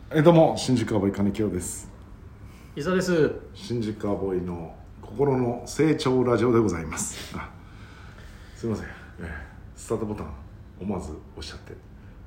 どうも新宿カーボーイ金清です。 伊沢です。 新宿カーボーイの心の成長ラジオでございます。すいません、スタートボタン思わず押しちゃって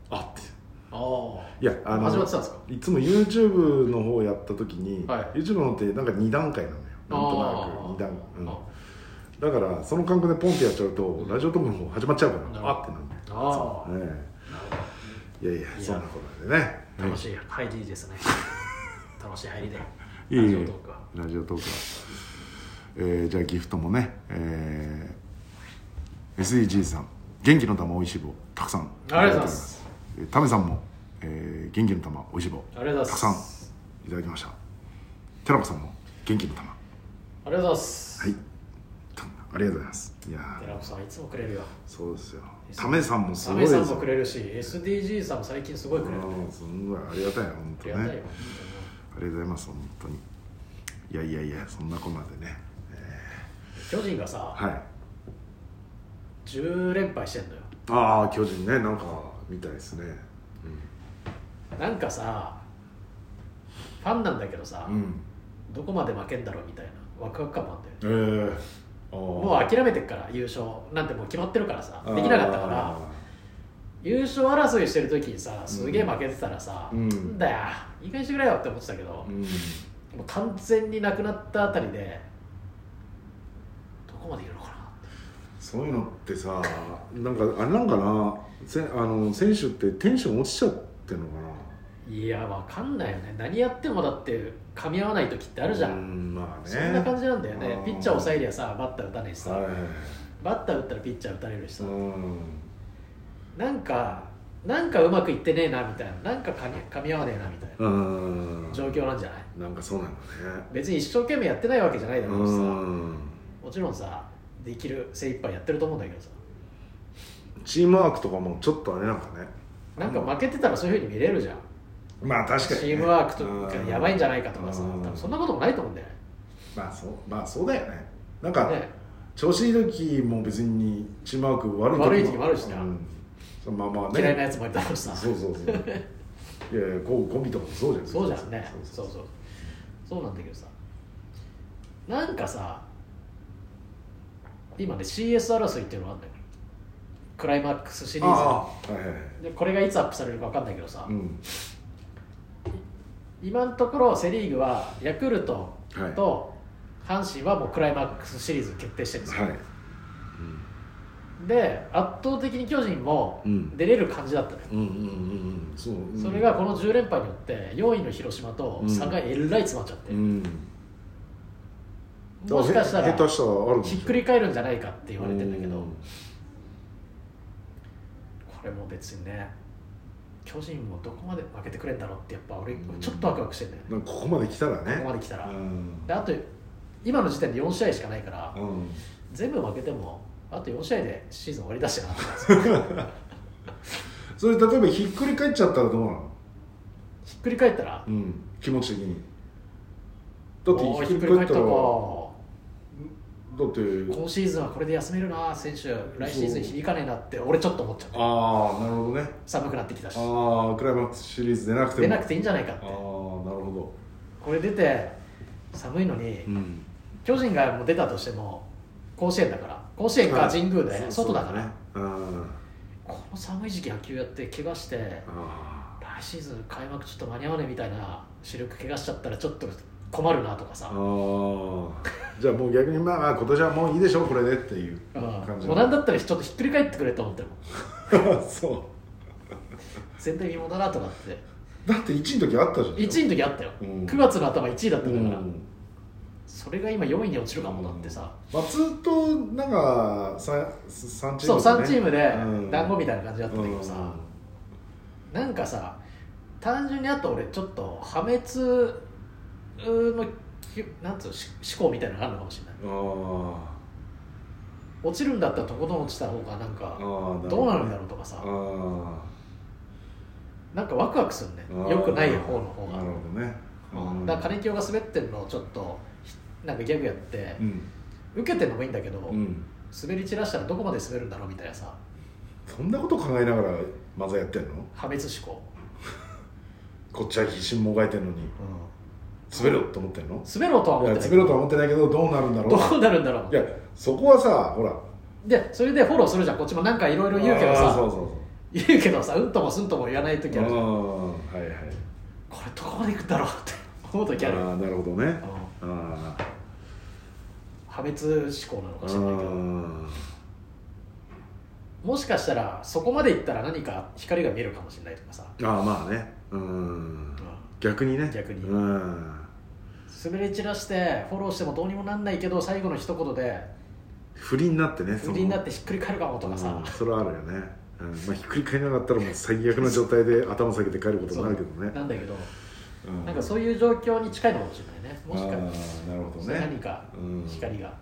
いや始まってたんですか。 いつも YouTube の方やった時に、 はい、 YouTube のってなんか2段階なのよ。なんとなく2段、だからその感覚でポンってやっちゃうとラジオトークの方始まっちゃうからってなる。いやそんなことでね、 楽しい入りですね。楽しい入りでラジオトークはラジオトークは、じゃあギフトもね、SDGs さん元気の玉おいしい棒たくさんありがとうございます。 タメさんも、元気の玉おいしい棒ありがとうございます。 たくさんいただきました。寺子さんも元気の玉ありがとうございます。 はい、ありがとうございます。いや寺子さんいつもくれるよ。 そうですよ。タメさんもすごいですよ。 タメさんもくれるし SDGs さんも最近すごいくれる。 すごいありがたい本当ね。ありがとうございます本当に。いやそんなこんなでね、 巨人がさ、10連敗してんのよ。 巨人ね、なんかみたいですね、 なんかさファンなんだけどさ、どこまで負けんだろうみたいなワクワク感もあったよね。もう諦めてっから優勝なんてもう決まってるからさ、できなかったから優勝争いしてる時にさすげえ負けてたらさ、なんだよいい加減してくれよって思ってたけど、もう完全になくなったあたりでどこまでいるのかなって。 そういうのってさ、なんかあれなんかな、選手ってテンション落ちちゃってんのかな。 いやわかんないよね。何やってもだって噛み合わない時ってあるじゃん。そんな感じなんだよね。ピッチャー抑えりゃさバッター打たねえしさ、バッター打ったらピッチャー打たれるしさ、なんかうまくいってねえなみたいな、なんか噛み合わねえなみたいな状況なんじゃない。 なんかそうなんだね。 別に一生懸命やってないわけじゃないだろうしさ、もちろんさできる精一杯やってると思うんだけどさ、 チームワークとかもちょっとあれなんかね、 なんか負けてたらそういう風に見れるじゃん。 まあ確かに、ね、 チームワークとかやばいんじゃないかとかさ、多分そんなこともないと思うんだよね。 まあそうだよね。なんか、調子いい時も別にチームワーク悪い時もあるしね、 まあね、 嫌いなやつもいたろうしさ。 そういやコンビとかもそうじゃん。 そうじゃんね。そうなんだけどさ、なんかさ今ね CS 争いっていうのがあるんだよ。クライマックスシリーズでこれがいつアップされるか分かんないけどさ、今のところセ・リーグはヤクルトと阪神はもうクライマックスシリーズ決定してるんですよ、で圧倒的に巨人も出れる感じだったのよ。それがこの10連敗によって4位の広島と差がえらい詰まっちゃって、もしかしたらひっくり返るんじゃないかって言われてるんだけど、これも別にね巨人もどこまで負けてくれんだろうってやっぱ俺ちょっとワクワクしてんだよね。 ここまで来たらね。 であと今の時点で4試合しかないから、全部負けてもあと4試合でシーズン終わりだしなそれ例えばひっくり返っちゃったらどうなの。 ひっくり返ったら、 気持ち的にだってひっくり返ったらだって今シーズンはこれで休めるな選手、来シーズン響かねえなって俺ちょっと思っちゃう。 なるほどね。 寒くなってきたし、 クライマックスシリーズ出なくていいんじゃないかって。 なるほど。 これ出て寒いのに、巨人がもう出たとしても甲子園だから、甲子園か神宮で外だから、この寒い時期野球やって怪我して来シーズン開幕ちょっと間に合わねえみたいな視力怪我しちゃったらちょっと困るなとかさ。 じゃあもう逆にまあ今年はもういいでしょこれでっていう感じ。 もうなんだったらちょっとひっくり返ってくれと思ってるもんそう全体見ものだなとかって。 だって1位の時あったじゃん。 1位の時あったよ、9月の頭1位だったんだから、それが今4位に落ちるかもだってさ、 ずっとなんか3チームで、 そう3チームで団子みたいな感じだったんだけどさ、なんかさ単純にあと俺ちょっと破滅のなんつう思考みたいなのがあるのかもしれない。落ちるんだったらとことん落ちた方がなんかどうなるんだろうとかさ、なんかワクワクするね、よくない方の方が。 なるほどね。 だから金清が滑ってるのをちょっとなんかギャグやって、受けてるのもいいんだけど、滑り散らしたらどこまで滑るんだろうみたいなさ、 そんなこと考えながら漫才やってんの？ 破滅思考こっちは必死にもがいてるのに、滑ろうと思ってんの？ 滑ろうとは思ってない。 滑ろうとは思ってないけど、どうなるんだろう。 どうなるんだろう。 いや、そこはさ、ほら。 で、それでフォローするじゃん。こっちもなんかいろいろ言うけどさ。 そうそうそう。 言うけどさ、うんともすんとも言わない時あるじゃん。 はいはい。 これどこまで行くんだろうって思う時ある。 なるほどね。 破滅思考なのかしらないけど。もしかしたらそこまで行ったら何か光が見えるかもしれないとかさ。 まあね。逆にね。 逆に。滑り散らしてフォローしてもどうにもなんないけど、最後の一言で不利になってね。 不利になってひっくり返るかもとかさ。 それはあるよね。まあ、ひっくり返らなかったらもう最悪な状態で頭下げて帰ることになるけどね。 なんだけど、なんかそういう状況に近いのかもしれないね。もしかしたらなるほどね。 何か光が、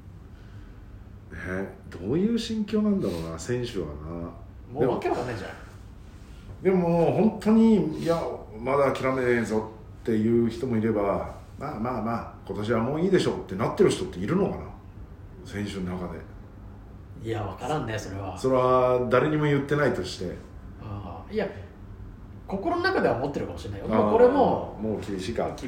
どういう心境なんだろうな、選手はな。 もうわけわかんないじゃん。 でも本当にいやまだ諦めねえぞっていう人もいれば、まあ今年はもういいでしょってなってる人っているのかな、選手の中で。 いや分からんね、それは。 それは誰にも言ってないとして。 いや心の中では思ってるかもしれないよ。もうこれもう厳しいかな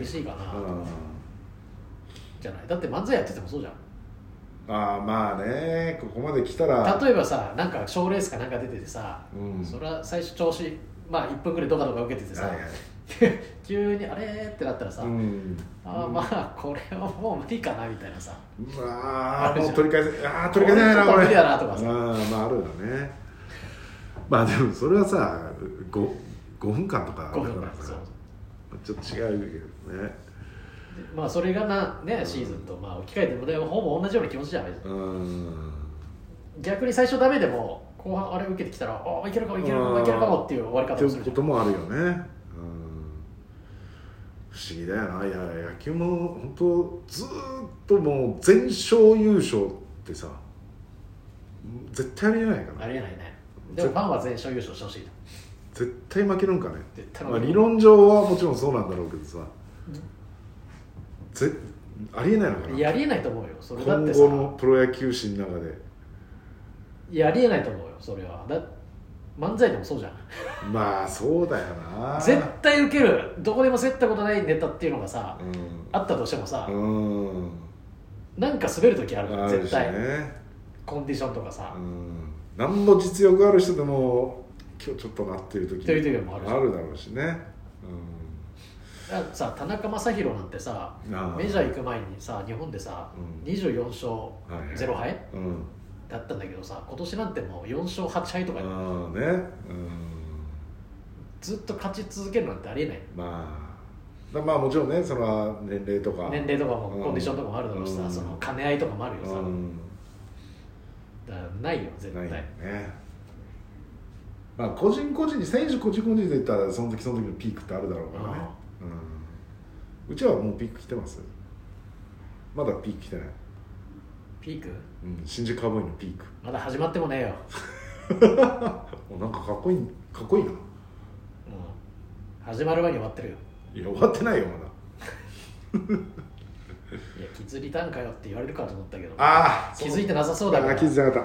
じゃない。だって漫才やっててもそうじゃん。 まあね、ここまで来たら例えばさ、なんか賞レースかなんか出ててさ、それは最初調子1分ぐらいドカドカ受けててさ、急にあれってなったらさ、まあこれはもう無理かなみたいなさ、 もう取り返せないなこれ、 無理だなとかさ、 あるよね。まあでもそれはさ 5分間とかだからさ、ちょっと違うけどね。 まあそれがシーズンと置き換えてもほぼ同じような気持ちじゃない。逆に最初ダメでも後半あれ受けてきたらいけるかもっていう終わり方をするっていうこともあるよね。不思議だよな。いや野球も本当ずっともう全勝優勝ってさ絶対ありえないかな。 ありえないね。でもファンは全勝優勝してほしい。 絶対負けるんかね。理論上はもちろんそうなんだろうけどさ、ありえないのかな。 いやありえないと思うよ。それだってさ、 今後のプロ野球史の中でいやありえないと思うよ。それは漫才でもそうじゃん。 まあそうだよな。 絶対受ける、どこでも滑ったことないネタっていうのがさ、あったとしてもさ、なんか滑る時あるから絶対、コンディションとかさ、 何も実力ある人でも今日ちょっとなってる時もあるだろうしね。 さ、田中将大なんてさ、メジャー行く前にさ、日本でさ、24勝0敗だったんだけどさ、今年なんてもう4勝8敗とかずっと勝ち続けるなんてありえない。 まあもちろんね、その年齢とかもコンディションとかもあるだろうしさ、その兼ね合いとかもあるよさ、だからないよ絶対。 まあ個人に選手個人で言ったらその時のピークってあるだろうからね。うちはもうピーク来てます。まだピーク来てない。 ピーク？ 新宿カウボーイのピークまだ始まってもねえよ。 なんかかっこいいな。 始まる前に終わってるよ。 いや終わってないよまだ。 いや気づいたんかよって言われるかと思ったけど、気づいてなさそうだから。 気づいてなかった。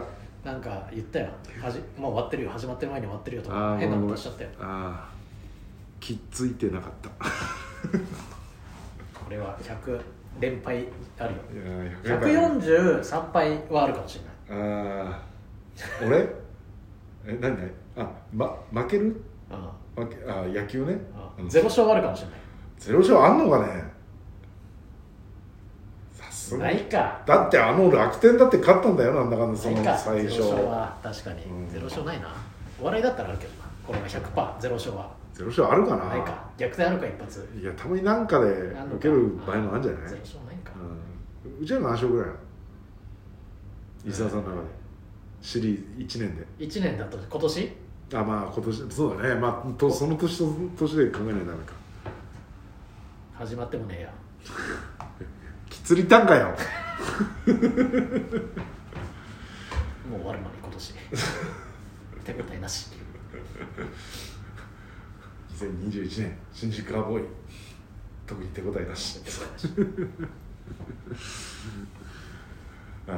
なんか言ったよ。もう終わってるよ、始まってる前に終わってるよとか変なことしちゃったよ。 気づいてなかった。 これは100連敗あるよ。143敗はあるかもしれない。 俺負ける？野球ね。 0勝あるかもしれない。 0勝あんのかね。さすがないか。 だって楽天だって勝ったんだよ、なんだかんだその最初。 0勝は確かに0勝ないな。お笑いだったらあるけどな。これは 100%0 勝は 0勝あるかな。 ないか。逆転あるか一発。 いやたまになんかで受ける場合もあるんじゃない。 0勝ないか。 うちは何勝ぐらいなの？伊沢さんの中でシリーズ1年で。 1年だと今年？ まあ今年そうだね。その年と年で考えないとダメか。 始まってもねえや。 きつりたんかよ。 もう終わるのに今年。手応えなし。 2021年新宿カウボーイ特に手応えなし。ま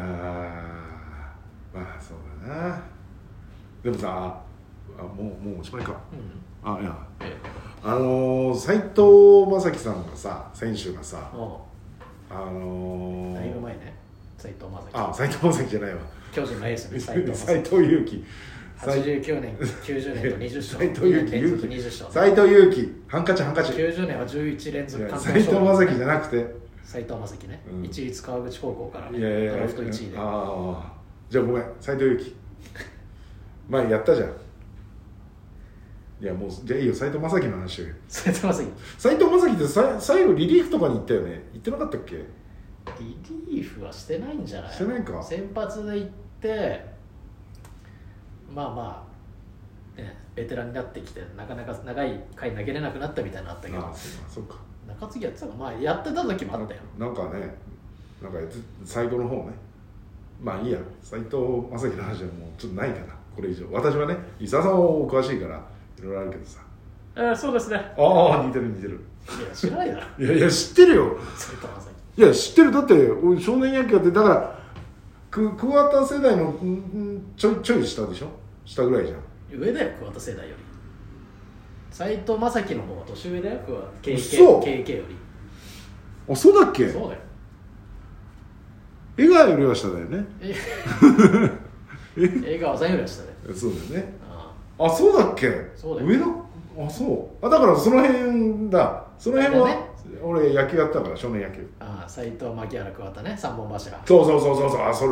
あそうだな。でもさもうおしまいか。いや斉藤正樹さんがさ、選手がさ、 だいぶ前ね、斉藤正樹。 斉藤正樹じゃないわ、 巨人のエースね、 斉藤佑樹。 89年、90年と20勝、 斉藤佑樹、 連続20勝。 斉藤佑樹、ハンカチ。 90年は11連続完斉藤正樹じゃなくて、 斉藤正樹ね、一律川口高校からドラフト1位で。 じゃあごめん、斉藤佑樹。前やったじゃん。いやもうじゃあいいよ、斉藤正樹の話を。 斉藤正樹って最後リリーフとかに行ったよね。行ってなかったっけ？ リリーフはしてないんじゃない？ してないか。 先発で行ってね、ベテランになってきてなかなか長い回投げれなくなったみたいなのあったけど、 そうか。 中継ぎやってたか、やってた時もあったよ。 なんか最後の方ね。いいや、斉藤正樹の話はもうちょっとないかな、これ以上。私はね、伊沢さんはお詳しいからいろいろあるけどさ。 そうですね。 似てる。 いや知らないだろ。 いや知ってるよ。 斉藤正樹。 いや知ってる。だって少年野球やって、だから桑田世代のちょい下でしょ。下ぐらいじゃん。 上だよ、桑田世代より。斉藤正樹の方が年上だよ、KK より。 そうだっけ？ そうだよ。 江川よりは下だよね。 江川さんよりは下だよ。 そうだよね。そうだっけ？ そうだよ。 上だ。だからその辺だ。その辺は、ね、俺野球やったから、少年野球。 斉藤、牧原、桑田ね、三本柱。 そう。それ。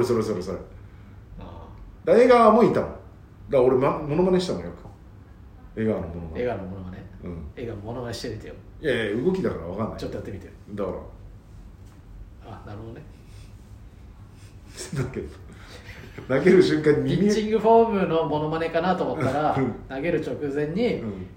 江川もいたもん。だから俺モノマネしたもんよく。江川のモノマネ。江川モノマネしてみてよ。いや動きだから分かんない。 ちょっとやってみてよ。 だからなるほどね。 だけど投げる瞬間にピッチングフォームのモノマネかなと思ったら投げる直前に